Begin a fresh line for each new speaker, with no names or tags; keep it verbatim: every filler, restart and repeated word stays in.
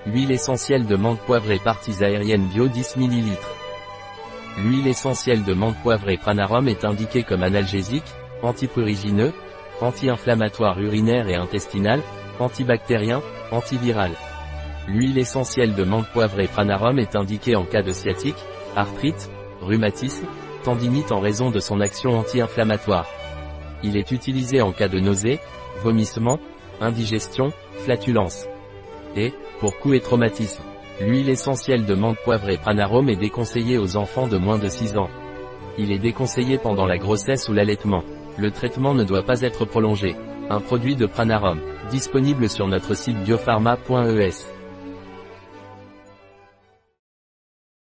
Huile essentielle de menthe poivrée parties aériennes bio dix millilitres. L'huile essentielle de menthe poivrée Pranarum est indiquée comme analgésique, antiprurigineux, anti-inflammatoire urinaire et intestinal, antibactérien, antiviral. L'huile essentielle de menthe poivrée Pranarum est indiquée en cas de sciatique, arthrite, rhumatisme, tendinite en raison de son action anti-inflammatoire. Il est utilisé en cas de nausée, vomissement, indigestion, flatulence. Et, pour coups et traumatisme, l'huile essentielle de menthe poivrée Pranarum est déconseillée aux enfants de moins de six ans. Il est déconseillé pendant la grossesse ou l'allaitement. Le traitement ne doit pas être prolongé. Un produit de Pranarum, disponible sur notre site biopharma point e s.